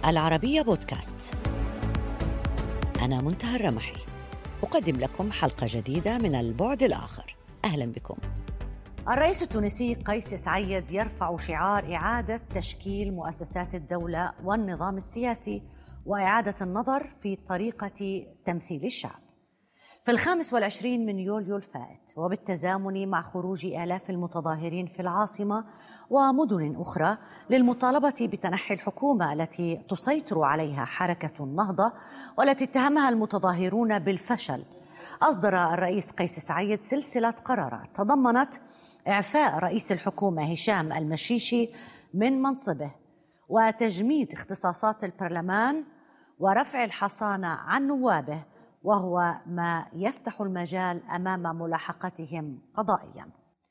العربية بودكاست. أنا منتهى الرمحي، أقدم لكم حلقة جديدة من البعد الآخر. أهلا بكم. الرئيس التونسي قيس سعيد يرفع شعار إعادة تشكيل مؤسسات الدولة والنظام السياسي وإعادة النظر في طريقة تمثيل الشعب في 25 من يوليو الفائت، وبالتزامن مع خروج آلاف المتظاهرين في العاصمة ومدن أخرى للمطالبة بتنحي الحكومة التي تسيطر عليها حركة النهضة والتي اتهمها المتظاهرون بالفشل. أصدر الرئيس قيس سعيد سلسلة قرارات تضمنت إعفاء رئيس الحكومة هشام المشيشي من منصبه وتجميد اختصاصات البرلمان ورفع الحصانة عن نوابه، وهو ما يفتح المجال أمام ملاحقتهم قضائيا.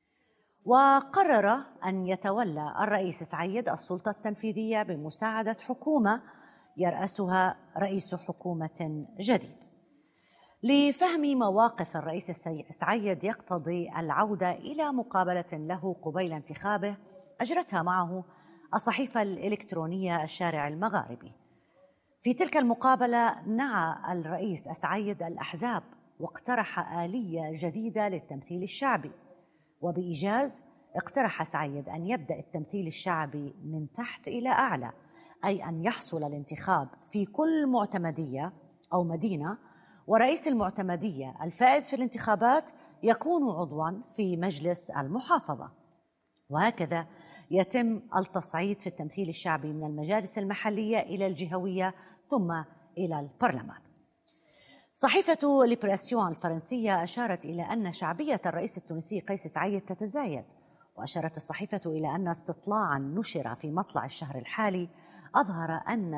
وقرر أن يتولى الرئيس سعيد السلطة التنفيذية بمساعدة حكومة يرأسها رئيس حكومة جديد. لفهم مواقف الرئيس سعيد يقتضي العودة إلى مقابلة له قبيل انتخابه أجرتها معه الصحيفة الإلكترونية الشارع المغاربي. في تلك المقابلة نعى الرئيس سعيد الأحزاب واقترح آلية جديدة للتمثيل الشعبي، وبإيجاز اقترح سعيد أن يبدأ التمثيل الشعبي من تحت إلى أعلى، أي أن يحصل الانتخاب في كل معتمدية أو مدينة، ورئيس المعتمدية الفائز في الانتخابات يكون عضواً في مجلس المحافظة، وهكذا يتم التصعيد في التمثيل الشعبي من المجالس المحلية إلى الجهوية ثم إلى البرلمان. صحيفة ليبراسيون الفرنسية أشارت إلى أن شعبية الرئيس التونسي قيس سعيد تتزايد، وأشارت الصحيفة إلى أن استطلاعاً نشر في مطلع الشهر الحالي أظهر أن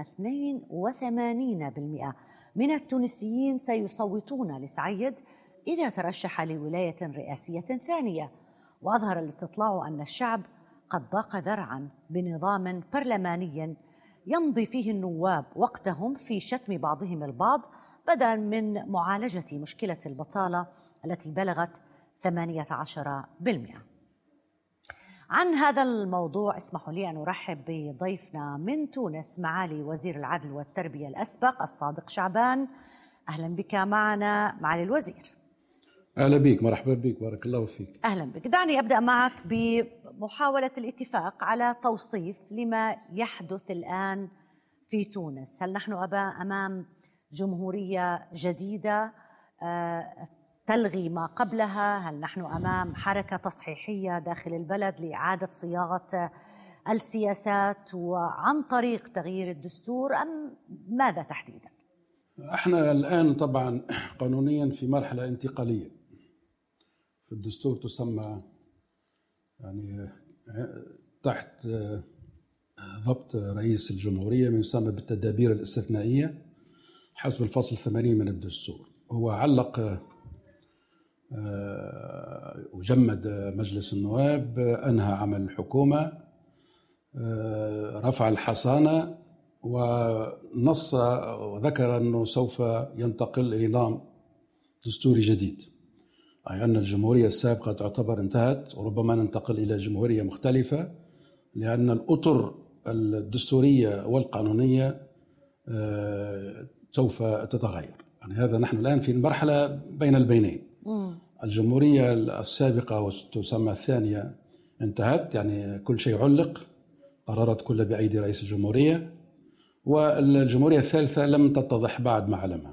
82% من التونسيين سيصوتون لسعيد إذا ترشح لولاية رئاسية ثانية. وأظهر الاستطلاع أن الشعب قد ضاق ذرعاً بنظام برلماني يمضي فيه النواب وقتهم في شتم بعضهم البعض بدلاً من معالجة مشكلة البطالة التي بلغت 18%. عن هذا الموضوع اسمحوا لي أن أرحب بضيفنا من تونس معالي وزير العدل والتربية الأسبق الصادق شعبان. أهلا بك معنا معالي الوزير. أهلا بك، مرحبا بك، بارك الله فيك. أهلا بك. دعني أبدأ معك بمحاولة الاتفاق على توصيف لما يحدث الآن في تونس. هل نحن أمام جمهورية جديدة تلغي ما قبلها؟ هل نحن أمام حركة تصحيحية داخل البلد لإعادة صياغة السياسات وعن طريق تغيير الدستور، أم ماذا تحديدا؟ احنا الآن طبعا قانونيا في مرحلة انتقالية. في الدستور تسمى يعني تحت ضبط رئيس الجمهورية ما يسمى بالتدابير الاستثنائية حسب الفصل 80 من الدستور. هو علق وجمد مجلس النواب، أنهى عمل الحكومة، رفع الحصانة، ونص وذكر أنه سوف ينتقل إلى نظام دستوري جديد، أي أن الجمهورية السابقة تعتبر انتهت وربما ننتقل إلى جمهورية مختلفة، لأن الأطر الدستورية والقانونية سوف تتغير. يعني هذا نحن الآن في المرحلة بين البينين. الجمهورية السابقة وتسمى الثانية انتهت، يعني كل شيء علق، قرارات كلها بأيدي رئيس الجمهورية، والجمهورية الثالثة لم تتضح بعد معلمها.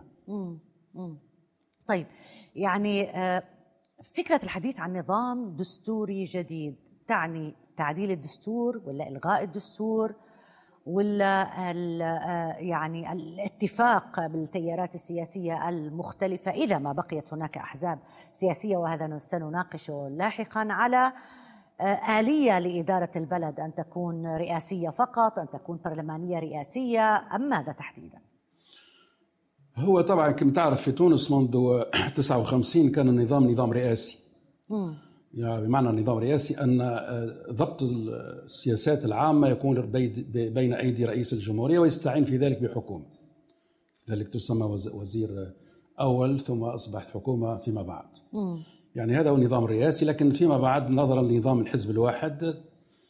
طيب، يعني فكرة الحديث عن نظام دستوري جديد تعني تعديل الدستور ولا إلغاء الدستور ولا يعني الاتفاق بالتيارات السياسية المختلفة إذا ما بقيت هناك أحزاب سياسية، وهذا سنناقشه لاحقا، على آلية لإدارة البلد، أن تكون رئاسية فقط، أن تكون برلمانية رئاسية، أم ماذا تحديدا؟ هو طبعا كما تعرف في تونس منذ 59 كان النظام نظام رئاسي. يعني بمعنى نظام رئاسي أن ضبط السياسات العامة يكون بين أيدي رئيس الجمهورية ويستعين في ذلك بحكومة، ذلك تسمى وزير أول ثم أصبحت حكومة فيما بعد. يعني هذا هو النظام الرئاسي. لكن فيما بعد نظرا لنظام الحزب الواحد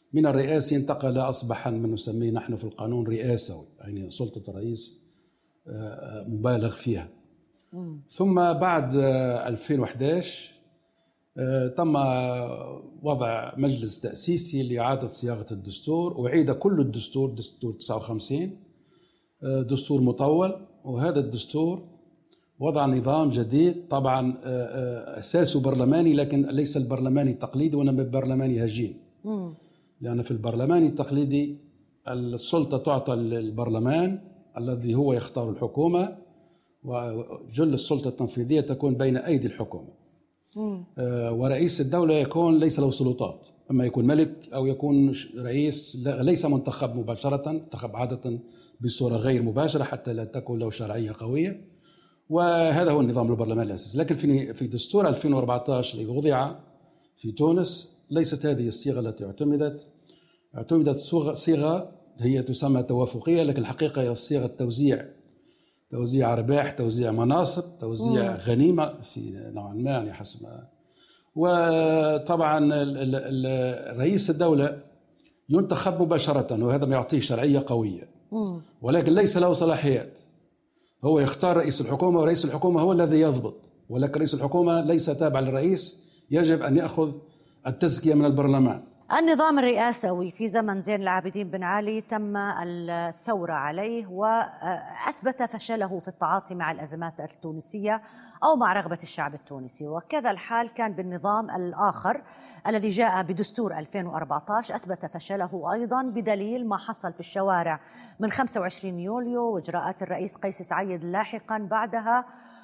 من الرئاسي انتقل أصبح ما نسميه نحن في القانون رئاسوي، يعني سلطة الرئيس مبالغ فيها. ثم بعد 2011 تم وضع مجلس تأسيسي لإعادة صياغة الدستور، وأعيد كل الدستور، دستور 59 دستور مطول. وهذا الدستور وضع نظام جديد طبعا أساسه برلماني، لكن ليس البرلماني التقليدي وإنما البرلماني هجين. لأن في البرلماني التقليدي السلطة تعطى للبرلمان الذي هو يختار الحكومة، وجل السلطة التنفيذية تكون بين أيدي الحكومة. ورئيس الدولة يكون ليس له سلطات، أما يكون ملك أو يكون رئيس ليس منتخب مباشرة، منتخب عادة بصورة غير مباشرة حتى لا تكون له شرعية قوية. وهذا هو النظام البرلماني الأساسي. لكن في دستور 2014 الذي وضع في تونس ليست هذه الصيغة التي اعتمدت صيغة هي تسمى توافقية، لكن الحقيقة هي صيغة توزيع أرباح، توزيع مناصب، توزيع غنيمة في نوعا ما يعني حسب ما. وطبعا رئيس الدولة ينتخب مباشرة، وهذا ما يعطيه شرعية قوية، ولكن ليس له صلاحيات. هو يختار رئيس الحكومة، ورئيس الحكومة هو الذي يضبط، ولكن رئيس الحكومة ليس تابع للرئيس، يجب أن يأخذ التزكية من البرلمان. النظام الرئاسوي في زمن زين العابدين بن علي تم الثورة عليه، وأثبت فشله في التعاطي مع الأزمات التونسية أو مع رغبة الشعب التونسي. وكذا الحال كان بالنظام الآخر الذي جاء بدستور 2014، أثبت فشله أيضا بدليل ما حصل في الشوارع من 25 يوليو وإجراءات الرئيس قيس سعيد لاحقا بعدها،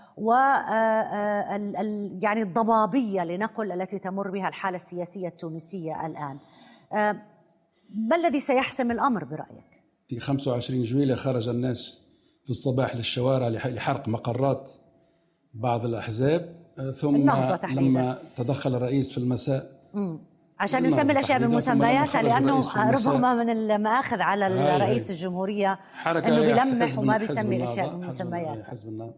يعني الضبابية لنقل التي تمر بها الحالة السياسية التونسية الآن. ما الذي سيحسم الأمر برأيك؟ في 25 جويلية خرج الناس في الصباح للشوارع لحرق مقرات بعض الأحزاب، ثم لما تدخل الرئيس في المساء عشان نسمي الأشياء بمسمياتها، لأنه ربما من المآخذ على رئيس الجمهورية أنه بيلمح وما بيسمي الأشياء بمسمياتها.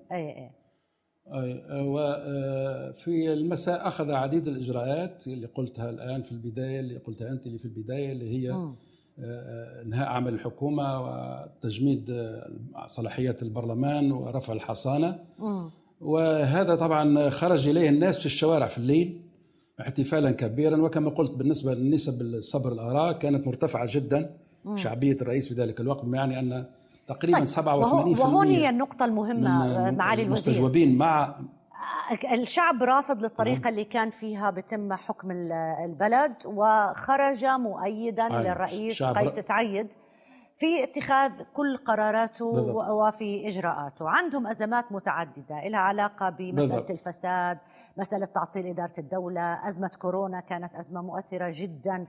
وفي المساء أخذ عديد الإجراءات اللي قلتها الآن في البداية، اللي قلتها أنت اللي في البداية، اللي هي إنهاء عمل الحكومة وتجميد صلاحيات البرلمان ورفع الحصانة. وهذا طبعا خرج إليه الناس في الشوارع في الليل احتفالا كبيرا. وكما قلت بالنسبة للنسب الصبر الآراء كانت مرتفعة جدا، شعبية الرئيس في ذلك الوقت، يعني أن تقريبا 87%. وهون هي النقطة المهمة معالي الوزير، المستجوبين مع الشعب رافض للطريقة اللي كان فيها بتم حكم البلد، وخرج مؤيدا للرئيس قيس سعيد في اتخاذ كل قراراته وفي إجراءاته. عندهم أزمات متعددة لها علاقة بمسألة الفساد، مسألة تعطيل إدارة الدولة، أزمة كورونا كانت أزمة مؤثرة جدا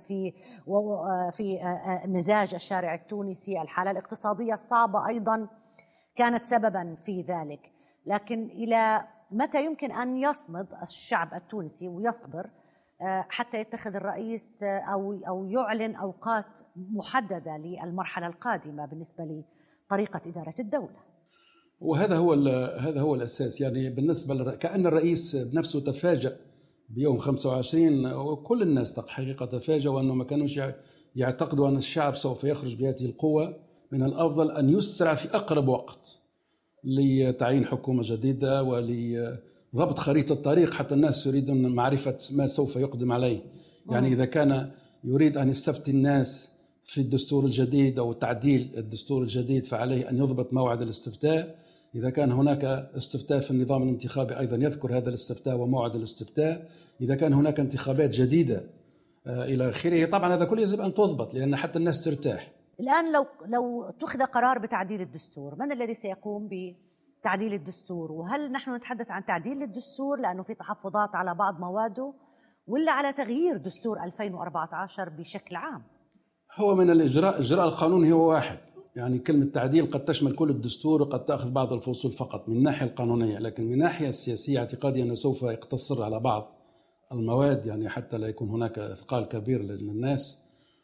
في مزاج الشارع التونسي، الحالة الاقتصادية الصعبة أيضا كانت سببا في ذلك. لكن إلى متى يمكن أن يصمد الشعب التونسي ويصبر حتى يتخذ الرئيس أو يعلن أوقات محددة للمرحلة القادمة بالنسبة لطريقة إدارة الدولة؟ وهذا هو الأساس. يعني بالنسبة كأن الرئيس بنفسه تفاجأ بيوم 25، وكل الناس حقيقة تفاجأوا أنه ما كانوش يعتقدوا أن الشعب سوف يخرج بهذه القوة. من الأفضل أن يسرع في أقرب وقت لتعيين حكومة جديدة ضبط خريطة الطريق، حتى الناس يريدون معرفة ما سوف يقدم عليه. يعني إذا كان يريد أن يستفتي الناس في الدستور الجديد أو تعديل الدستور الجديد، فعليه أن يضبط موعد الاستفتاء. إذا كان هناك استفتاء في النظام الانتخابي أيضا يذكر هذا الاستفتاء وموعد الاستفتاء. إذا كان هناك انتخابات جديدة إلى آخره، طبعا هذا كله يجب أن تضبط لأن حتى الناس ترتاح. الآن لو اتخذ قرار بتعديل الدستور، من الذي سيقوم تعديل الدستور؟ وهل نحن نتحدث عن تعديل الدستور لأنه في تحفظات على بعض مواده، ولا على تغيير دستور 2014 بشكل عام؟ هو من الإجراء القانوني هو واحد. يعني كلمة تعديل قد تشمل كل الدستور وقد تأخذ بعض الفصول فقط من الناحية القانونية، لكن من الناحية السياسية اعتقادي أنه سوف يقتصر على بعض المواد، يعني حتى لا يكون هناك إثقال كبير للناس.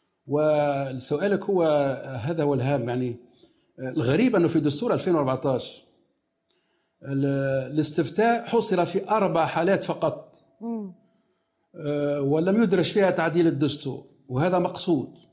وسؤالك هو هذا هو الهام. يعني الغريب أنه في دستور 2014 الاستفتاء حصل في 4 حالات فقط، ولم يدرج فيها تعديل الدستور، وهذا مقصود.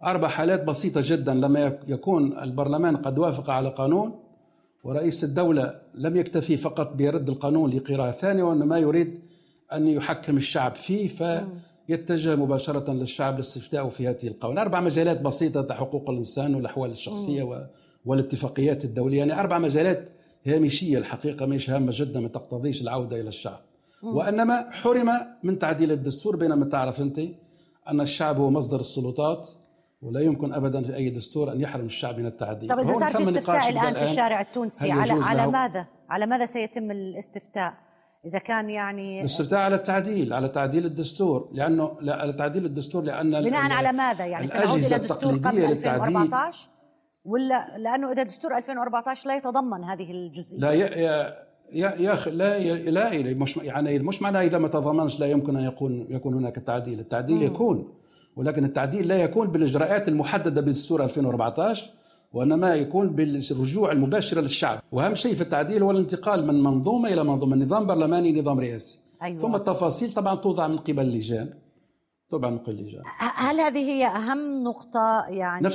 4 حالات بسيطة جدا، لما يكون البرلمان قد وافق على قانون ورئيس الدولة لم يكتفي فقط بيرد القانون لقراءة ثانية، وإنما يريد أن يحكم الشعب فيه فيتجه مباشرة للشعب لاستفتاءه في هذه القوانين. 4 مجالات بسيطة: حقوق الإنسان والأحوال الشخصية والاتفاقيات الدولية. يعني 4 مجالات هامشية الحقيقة، مش هامة جدا، ما تقتضيش العودة إلى الشعب. وإنما حرم من تعديل الدستور، بينما تعرف أنت أن الشعب هو مصدر السلطات، ولا يمكن ابدا في اي دستور ان يحرم الشعب من التعديل. طب اذا صار في استفتاء الان في الشارع التونسي على ماذا سيتم الاستفتاء؟ اذا كان يعني الاستفتاء على تعديل الدستور، لانه على تعديل الدستور، لان بناء على ماذا؟ يعني سنعود الى دستور قبل 2014 ولا لانه اذا دستور 2014 لا يتضمن هذه الجزئيه؟ لا يا اخي، لا مش معناه اذا ما تضمنش لا يمكن ان يكون هناك تعديل. التعديل يكون، ولكن التعديل لا يكون بالإجراءات المحددة بالدستور 2014، وإنما يكون بالرجوع المباشر للشعب. وأهم شيء في التعديل هو الانتقال من منظومة إلى منظومة، من نظام برلماني نظام رئاسي. أيوة. ثم التفاصيل طبعا توضع من قبل اللجان. هل هذه هي أهم نقطة؟ يعني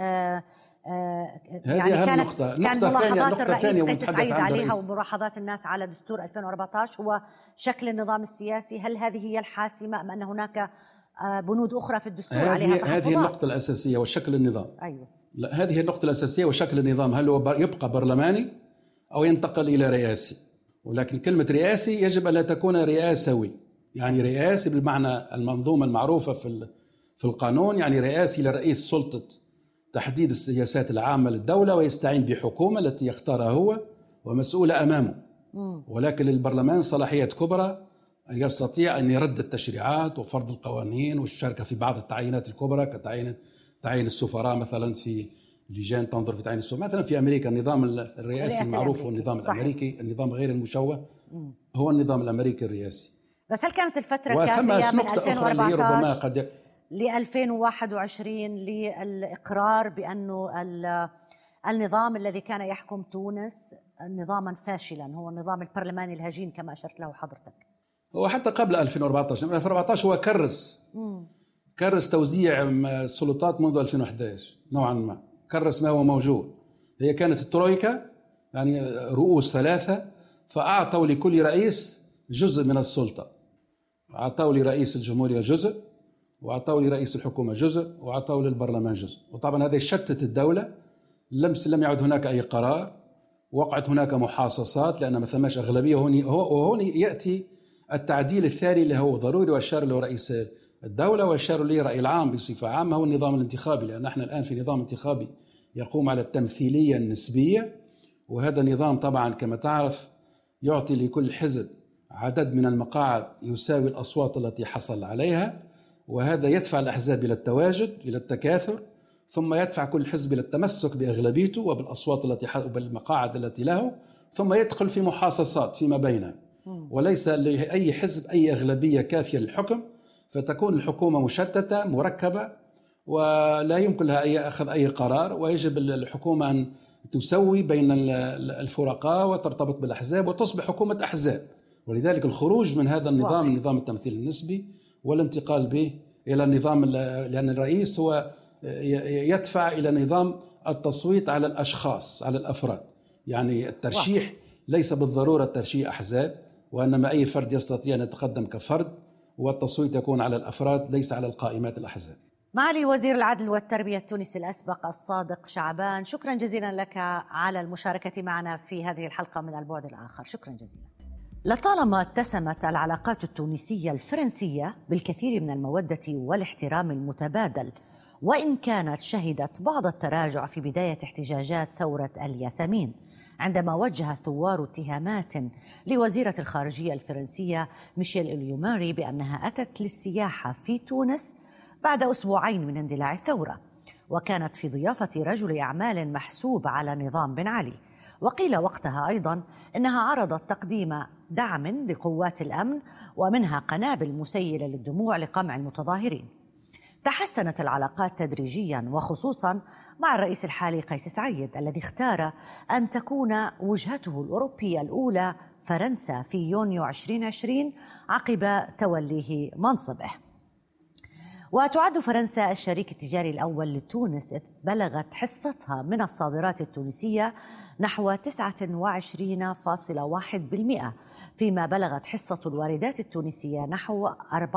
يعني كان ملاحظات الرئيس قيس سعيد عليها وملاحظات الناس على دستور 2014 هو شكل النظام السياسي. هل هذه هي الحاسمة أم أن هناك بنود أخرى في الدستور عليها تحفظات؟ هذه النقطة الأساسية وشكل النظام. أيوة. لا، هذه النقطة الأساسية وشكل النظام، هل هو يبقى برلماني أو ينتقل إلى رئاسي؟ ولكن كلمة رئاسي يجب أن لا تكون رئاسوي، يعني رئاسي بالمعنى المنظومة المعروفة في القانون، يعني رئاسي لرئيس سلطة تحديد السياسات العامة للدولة ويستعين بحكومة التي يختارها هو ومسؤولة أمامه. ولكن للبرلمان صلاحيات كبرى، يستطيع أن يرد التشريعات وفرض القوانين والشركة في بعض التعيينات الكبرى كتعيين السفراء مثلا في لجان تنظر في تعيين السفراء. مثلا في أمريكا النظام الرئاسي المعروف هو النظام الأمريكي، النظام غير المشوه هو النظام الأمريكي الرئاسي. بس هل كانت الفترة كافية من 2014 ل 2021 للإقرار بأنه النظام الذي كان يحكم تونس نظاما فاشلا هو النظام البرلماني الهجين كما أشرت له حضرتك؟ هو حتى قبل 2014 هو كرس توزيع السلطات منذ 2011 نوعا ما، كرس ما هو موجود. هي كانت الترويكا، يعني رؤوس 3، فأعطوا لكل رئيس جزء من السلطة. أعطوا لرئيس الجمهورية جزء، وأعطوا لرئيس الحكومة جزء، وأعطوا للبرلمان جزء. وطبعا هذا شتت الدولة، لم يعد هناك أي قرار، وقعت هناك محاصصات لأن ما ثماش أغلبية. وهون يأتي التعديل الثاني اللي هو ضروري، وأشار له رئيس الدولة وأشار له الرأي العام بصفة عامة، هو النظام الانتخابي. لأن احنا الآن في نظام انتخابي يقوم على التمثيلية النسبية، وهذا النظام طبعا كما تعرف يعطي لكل حزب عدد من المقاعد يساوي الأصوات التي حصل عليها، وهذا يدفع الأحزاب إلى التواجد، إلى التكاثر، ثم يدفع كل حزب إلى التمسك بأغلبيته وبالأصوات وبالمقاعد التي له، ثم يدخل في محاصصات فيما بينه، وليس لأي حزب أي أغلبية كافية للحكم، فتكون الحكومة مشتتة مركبة ولا يمكن لها أخذ أي قرار، ويجب الحكومة أن تسوي بين الفرقاء وترتبط بالأحزاب وتصبح حكومة أحزاب. ولذلك الخروج من هذا النظام، نظام التمثيل النسبي، والانتقال به إلى النظام، لأن الرئيس هو يدفع إلى نظام التصويت على الأشخاص، على الأفراد. يعني الترشيح ليس بالضرورة ترشيح أحزاب، وإنما أي فرد يستطيع أن يتقدم كفرد، والتصويت يكون على الأفراد ليس على القائمات الأحزاب. معالي وزير العدل والتربية التونسي الأسبق الصادق شعبان، شكرا جزيلا لك على المشاركة معنا في هذه الحلقة من البعد الآخر. شكرا جزيلا. لطالما اتسمت العلاقات التونسية الفرنسية بالكثير من المودة والاحترام المتبادل، وإن كانت شهدت بعض التراجع في بداية احتجاجات ثورة الياسمين، عندما وجه الثوار اتهامات لوزيرة الخارجية الفرنسية ميشيل إليوماري بأنها أتت للسياحة في تونس بعد أسبوعين من اندلاع الثورة، وكانت في ضيافة رجل أعمال محسوب على نظام بن علي. وقيل وقتها أيضا إنها عرضت تقديم دعم لقوات الأمن ومنها قنابل مسيلة للدموع لقمع المتظاهرين. تحسنت العلاقات تدريجيا، وخصوصا مع الرئيس الحالي قيس سعيد الذي اختار أن تكون وجهته الأوروبية الأولى فرنسا في يونيو 2020 عقب توليه منصبه. وتعد فرنسا الشريك التجاري الأول لتونس، إذ بلغت حصتها من الصادرات التونسية نحو 29.1%، فيما بلغت حصة الواردات التونسية نحو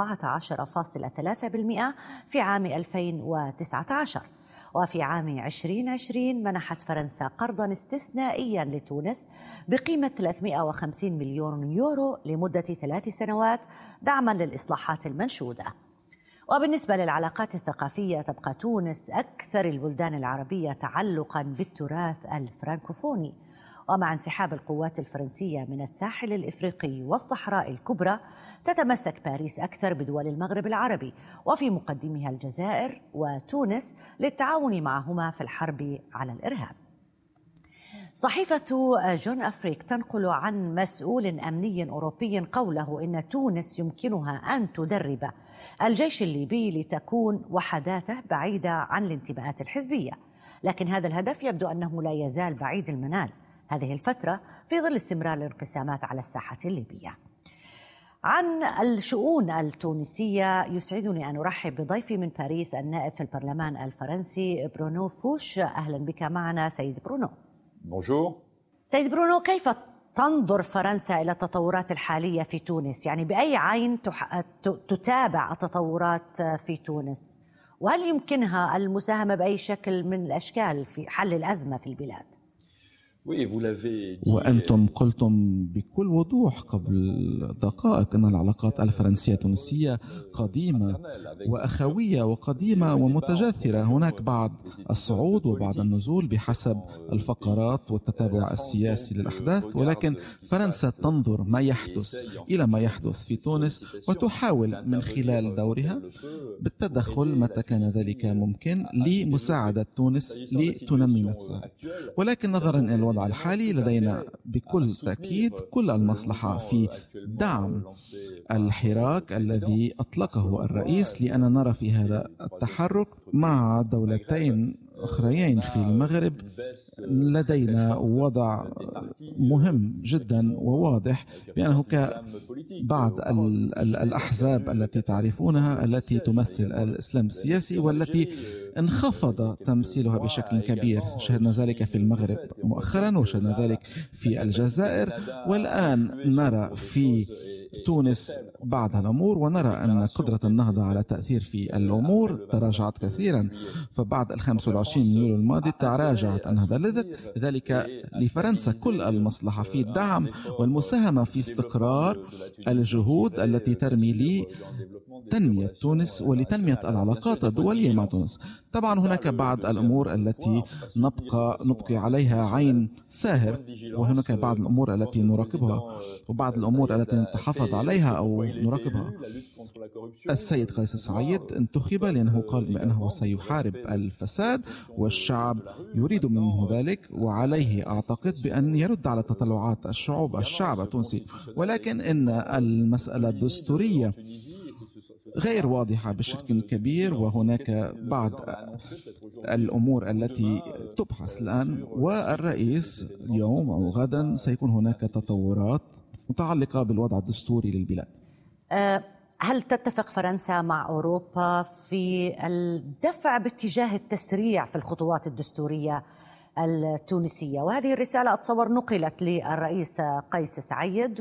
14.3% في عام 2019. وفي عام 2020 منحت فرنسا قرضا استثنائيا لتونس بقيمة 350 مليون يورو لمدة 3 سنوات دعما للإصلاحات المنشودة. وبالنسبة للعلاقات الثقافية، تبقى تونس أكثر البلدان العربية تعلقا بالتراث الفرنكوفوني، ومع انسحاب القوات الفرنسية من الساحل الإفريقي والصحراء الكبرى تتمسك باريس أكثر بدول المغرب العربي، وفي مقدمها الجزائر وتونس، للتعاون معهما في الحرب على الإرهاب. صحيفة جون أفريك تنقل عن مسؤول أمني أوروبي قوله إن تونس يمكنها أن تدرب الجيش الليبي لتكون وحداته بعيدة عن الانتماءات الحزبية، لكن هذا الهدف يبدو أنه لا يزال بعيد المنال هذه الفترة في ظل استمرار الانقسامات على الساحة الليبية. عن الشؤون التونسية يسعدني أن أرحب بضيفي من باريس النائب في البرلمان الفرنسي برونو فوش. أهلا بك معنا سيد برونو. بونجور. سيد برونو، كيف تنظر فرنسا إلى التطورات الحالية في تونس؟ يعني بأي عين تتابع التطورات في تونس؟ وهل يمكنها المساهمة بأي شكل من الأشكال في حل الأزمة في البلاد؟ وأنتم قلتم بكل وضوح قبل دقائق أن العلاقات الفرنسية التونسية قديمة وأخوية وقديمة ومتجاثرة. هناك بعض الصعود وبعض النزول بحسب الفقرات والتتابع السياسي للأحداث، ولكن فرنسا تنظر ما يحدث إلى ما يحدث في تونس وتحاول من خلال دورها بالتدخل متى كان ذلك ممكن لمساعدة تونس لتنمي نفسها. ولكن نظرا إلى الوضع الحالي لدينا بكل تأكيد كل المصلحة في دعم الحراك الذي أطلقه الرئيس، لأن نرى في هذا التحرك مع دولتين أخريين في المغرب لدينا وضع مهم جدا وواضح بأنه بعض الأحزاب التي تعرفونها التي تمثل الإسلام السياسي والتي انخفض تمثيلها بشكل كبير. شهدنا ذلك في المغرب مؤخرا وشهدنا ذلك في الجزائر، والآن نرى في تونس بعض الأمور، ونرى أن قدرة النهضة على التأثير في الأمور تراجعت كثيرا. فبعد 25 يوليو الماضي تراجعت النهضة، لذلك لفرنسا كل المصلحة في الدعم والمساهمة في استقرار الجهود التي ترمي لتنمية تونس ولتنمية العلاقات الدولية مع تونس. طبعا هناك بعض الأمور التي نبقي عليها عين ساهر، وهناك بعض الأمور التي نراقبها وبعض الأمور التي نتحفظ عليها أو نراقبها. السيد قيس سعيد انتخب لأنه قال بأنه سيحارب الفساد، والشعب يريد منه ذلك، وعليه أعتقد بأن يرد على تطلعات الشعب التونسي. ولكن إن المسألة الدستورية غير واضحة بشكل كبير، وهناك بعض الأمور التي تبحث الآن، والرئيس اليوم أو غدا سيكون هناك تطورات متعلقة بالوضع الدستوري للبلاد. هل تتفق فرنسا مع أوروبا في الدفع باتجاه التسريع في الخطوات الدستورية التونسية؟ وهذه الرسالة أتصور نقلت للرئيس قيس سعيد،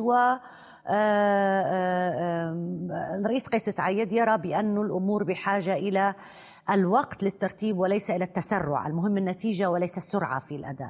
والرئيس قيس سعيد يرى بأن الأمور بحاجة إلى الوقت للترتيب وليس إلى التسرع، المهم النتيجة وليس السرعة في الأداء.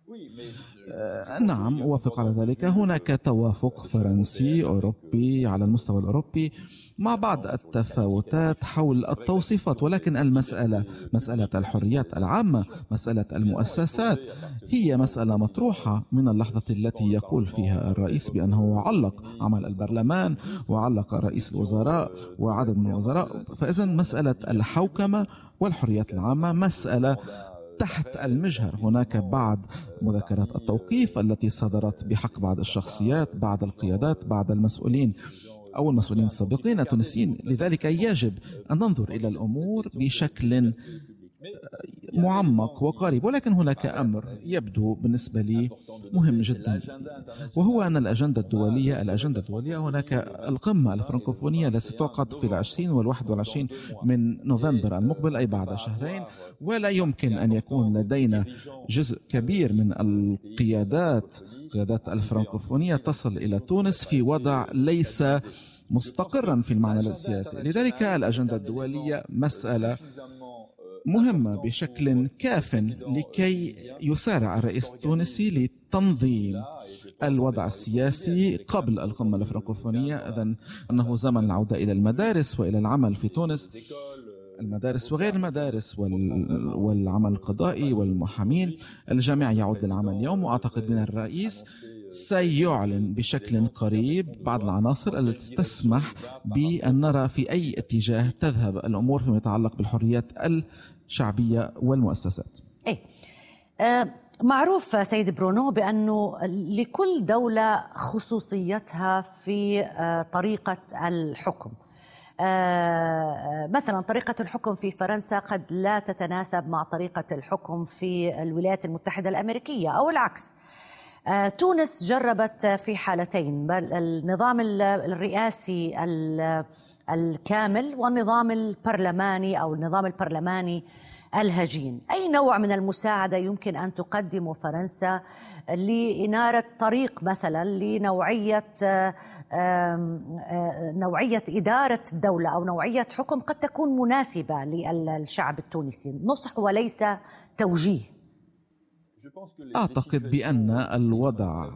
نعم، أوافق على ذلك. هناك توافق فرنسي أوروبي على المستوى الأوروبي مع بعض التفاوتات حول التوصيفات، ولكن مسألة الحريات العامة، مسألة المؤسسات، هي مسألة مطروحة من اللحظة التي يقول فيها الرئيس بأنه علق عمل البرلمان وعلق رئيس الوزراء وعدد من الوزراء. فإذا مسألة الحوكمة والحريات العامة مسألة تحت المجهر. هناك بعض مذكرات التوقيف التي صدرت بحق بعض الشخصيات، بعض القيادات، بعض المسؤولين أو المسؤولين السابقين التونسيين. لذلك يجب أن ننظر إلى الأمور بشكل معمق وقريب، ولكن هناك أمر يبدو بالنسبة لي مهم جدا، وهو أن الأجندة الدولية هناك القمة الفرنكوفونية التي ستعقد في 20 و21 من نوفمبر المقبل، أي بعد شهرين، ولا يمكن أن يكون لدينا جزء كبير من القيادات الفرنكوفونية تصل إلى تونس في وضع ليس مستقرا في المعنى السياسي. لذلك الأجندة الدولية مسألة مهمة بشكل كاف لكي يسارع الرئيس التونسي لتنظيم الوضع السياسي قبل القمة الفرنكوفونية. إذن أنه زمن العودة إلى المدارس وإلى العمل في تونس، المدارس وغير المدارس والعمل القضائي والمحامين، الجميع يعود للعمل اليوم. وأعتقد أن الرئيس سيعلن بشكل قريب بعض العناصر التي تسمح بأن نرى في أي اتجاه تذهب الأمور فيما يتعلق بالحريات الشعبية والمؤسسات. معروف سيد برونو بأنه لكل دولة خصوصيتها في طريقة الحكم. مثلا طريقة الحكم في فرنسا قد لا تتناسب مع طريقة الحكم في الولايات المتحدة الأمريكية أو العكس. تونس جربت في حالتين، النظام الرئاسي الكامل والنظام البرلماني أو النظام البرلماني الهجين. أي نوع من المساعدة يمكن أن تقدم فرنسا لإنارة طريق مثلا لنوعية إدارة الدولة أو نوعية حكم قد تكون مناسبة للشعب التونسي، نصح وليس توجيه؟ أعتقد بأن الوضع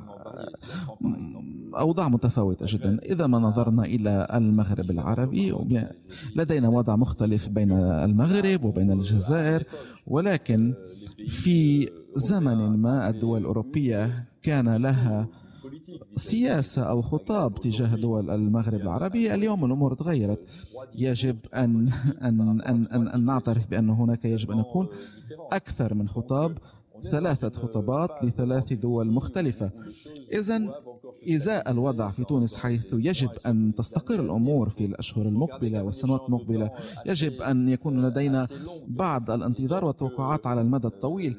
أوضاع متفاوتة جدا. إذا ما نظرنا إلى المغرب العربي، لدينا وضع مختلف بين المغرب وبين الجزائر، ولكن في زمن ما الدول الأوروبية كان لها سياسة أو خطاب تجاه دول المغرب العربي. اليوم الأمور تغيرت، يجب أن نعترف بأن هناك يجب أن يكون أكثر من خطاب، 3 خطابات ل3 دول مختلفة. إذن إزاء الوضع في تونس حيث يجب أن تستقر الأمور في الأشهر المقبلة والسنوات المقبلة، يجب أن يكون لدينا بعض الانتظار والتوقعات على المدى الطويل.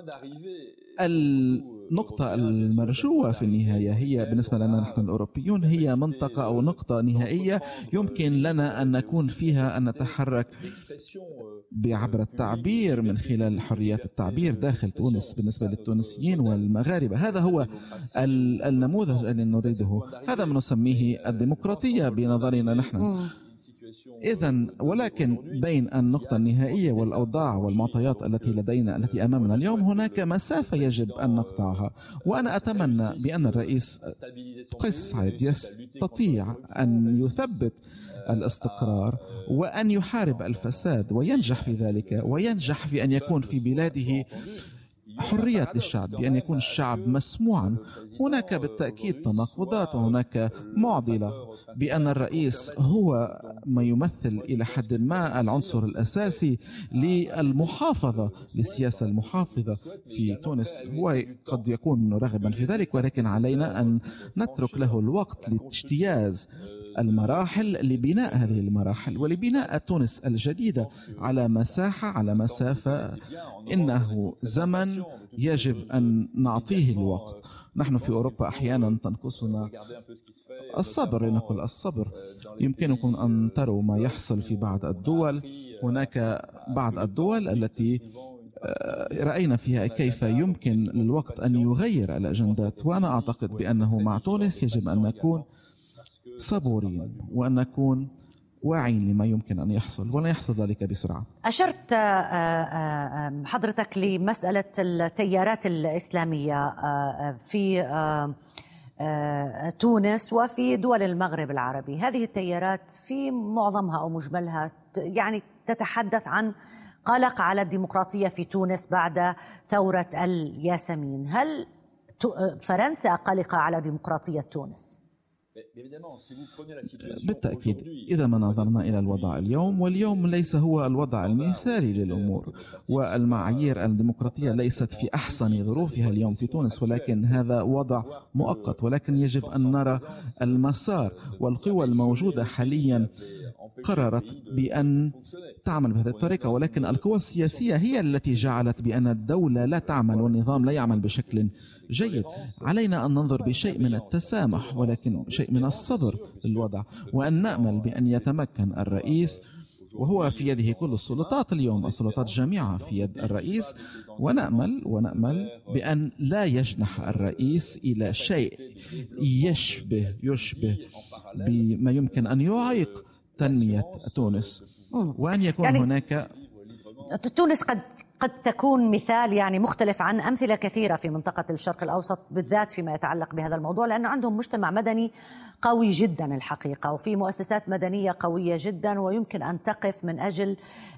النقطة المرجوة في النهاية هي بالنسبة لنا نحن الأوروبيون هي منطقة أو نقطة نهائية يمكن لنا أن نكون فيها، أن نتحرك بعبر التعبير من خلال حريات التعبير داخل تونس بالنسبة للتونسيين والمغاربة. هذا هو النموذج الذي نريده، هذا ما نسميه الديمقراطية بنظرنا نحن. إذن ولكن بين النقطة النهائية والأوضاع والمعطيات التي أمامنا اليوم هناك مسافة يجب أن نقطعها. وأنا أتمنى بأن الرئيس قيس سعيد يستطيع أن يثبت الاستقرار وأن يحارب الفساد وينجح في ذلك، وينجح في أن يكون في بلاده حرية للشعب، بأن يكون الشعب مسموعا. هناك بالتأكيد تناقضات وهناك معضلة بأن الرئيس هو ما يمثل إلى حد ما العنصر الأساسي للمحافظة، للسياسة المحافظة في تونس. هو قد يكون راغبا في ذلك، ولكن علينا أن نترك له الوقت لاجتياز المراحل، لبناء هذه المراحل ولبناء تونس الجديدة على مسافة. إنه زمن يجب أن نعطيه الوقت. نحن في أوروبا أحيانا تنقصنا الصبر، لنقل الصبر. يمكنكم أن تروا ما يحصل في بعض الدول. هناك بعض الدول التي رأينا فيها كيف يمكن للوقت أن يغير الأجندات، وأنا أعتقد بأنه مع تونس يجب أن نكون صبورين وأن نكون واعين لما يمكن أن يحصل، ولا يحصل ذلك بسرعة. أشرت حضرتك لمسألة التيارات الإسلامية في تونس وفي دول المغرب العربي. هذه التيارات في معظمها أو مجملها يعني تتحدث عن قلق على الديمقراطية في تونس بعد ثورة الياسمين. هل فرنسا قلقة على ديمقراطية تونس؟ بالتأكيد. إذا ما نظرنا إلى الوضع اليوم، واليوم ليس هو الوضع المثالي للأمور، والمعايير الديمقراطية ليست في أحسن ظروفها اليوم في تونس، ولكن هذا وضع مؤقت. ولكن يجب أن نرى المسار والقوى الموجودة حاليا قررت بأن تعمل بهذه الطريقة، ولكن القوى السياسية هي التي جعلت بأن الدولة لا تعمل والنظام لا يعمل بشكل جيد. علينا أن ننظر بشيء من التسامح ولكن شيء من الصبر للوضع، وأن نأمل بأن يتمكن الرئيس، وهو في يده كل السلطات اليوم، السلطات جميعها في يد الرئيس، ونأمل بأن لا يجنح الرئيس إلى شيء يشبه بما يمكن أن يعيق تنمية تونس، وأن يكون هناك تونس قد تكون مثال يعني مختلف عن أمثلة كثيرة في منطقة الشرق الأوسط، بالذات فيما يتعلق بهذا الموضوع، لأن عندهم مجتمع مدني قوي جدا الحقيقة، وفي مؤسسات مدنية قوية جدا، ويمكن أن تقف من أجل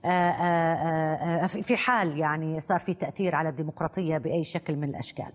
في حال يعني صار في تأثير على الديمقراطية بأي شكل من الأشكال.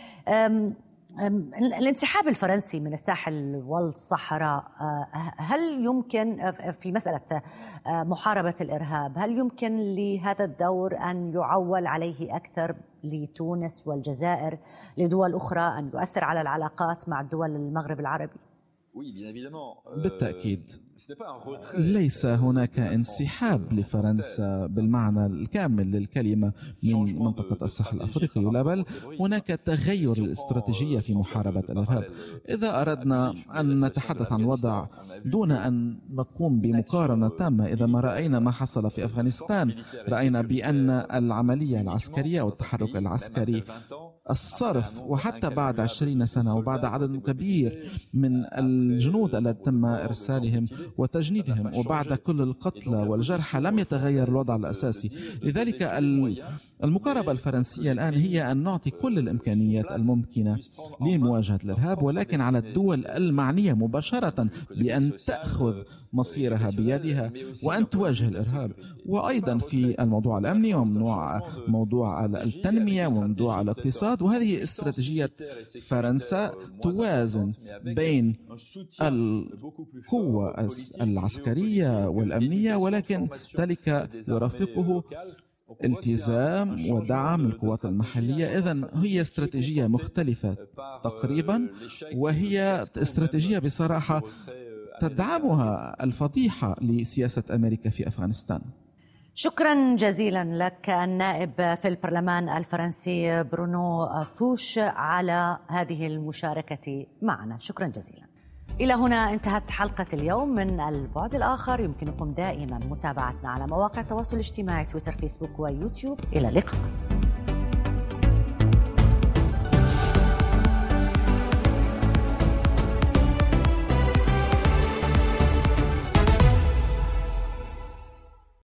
الانسحاب الفرنسي من الساحل والصحراء، هل يمكن في مسألة محاربة الإرهاب، هل يمكن لهذا الدور أن يعول عليه أكثر لتونس والجزائر، لدول أخرى، أن يؤثر على العلاقات مع دول المغرب العربي؟ بالتأكيد ليس هناك انسحاب لفرنسا بالمعنى الكامل للكلمة من منطقة الساحل الأفريقي، لا بل هناك تغير الاستراتيجية في محاربة الإرهاب. إذا أردنا أن نتحدث عن وضع دون أن نقوم بمقارنة تامة، إذا ما رأينا ما حصل في أفغانستان، رأينا بأن العملية العسكرية والتحرك العسكري، الصرف، وحتى بعد 20 سنة وبعد عدد كبير من الجنود الذين تم إرسالهم وتجنيدهم، وبعد كل القتلى والجرحى، لم يتغير الوضع الأساسي. لذلك المقاربة الفرنسية الآن هي أن نعطي كل الإمكانيات الممكنة لمواجهة الإرهاب، ولكن على الدول المعنية مباشرة بأن تأخذ مصيرها بيدها وأن تواجه الإرهاب. وأيضا في الموضوع الأمني وموضوع التنمية وموضوع الاقتصاد، وهذه استراتيجية فرنسا توازن بين القوة العسكرية والأمنية، ولكن ذلك يرافقه التزام ودعم القوات المحلية. إذن هي استراتيجية مختلفة تقريبا، وهي استراتيجية بصراحة تدعمها الفضيحة لسياسة أمريكا في أفغانستان. شكرا جزيلا لك النائب في البرلمان الفرنسي برونو فوش على هذه المشاركة معنا. شكرا جزيلا. إلى هنا انتهت حلقة اليوم من البعد الآخر. يمكنكم دائما متابعتنا على مواقع التواصل الاجتماعي تويتر، فيسبوك ويوتيوب. إلى اللقاء.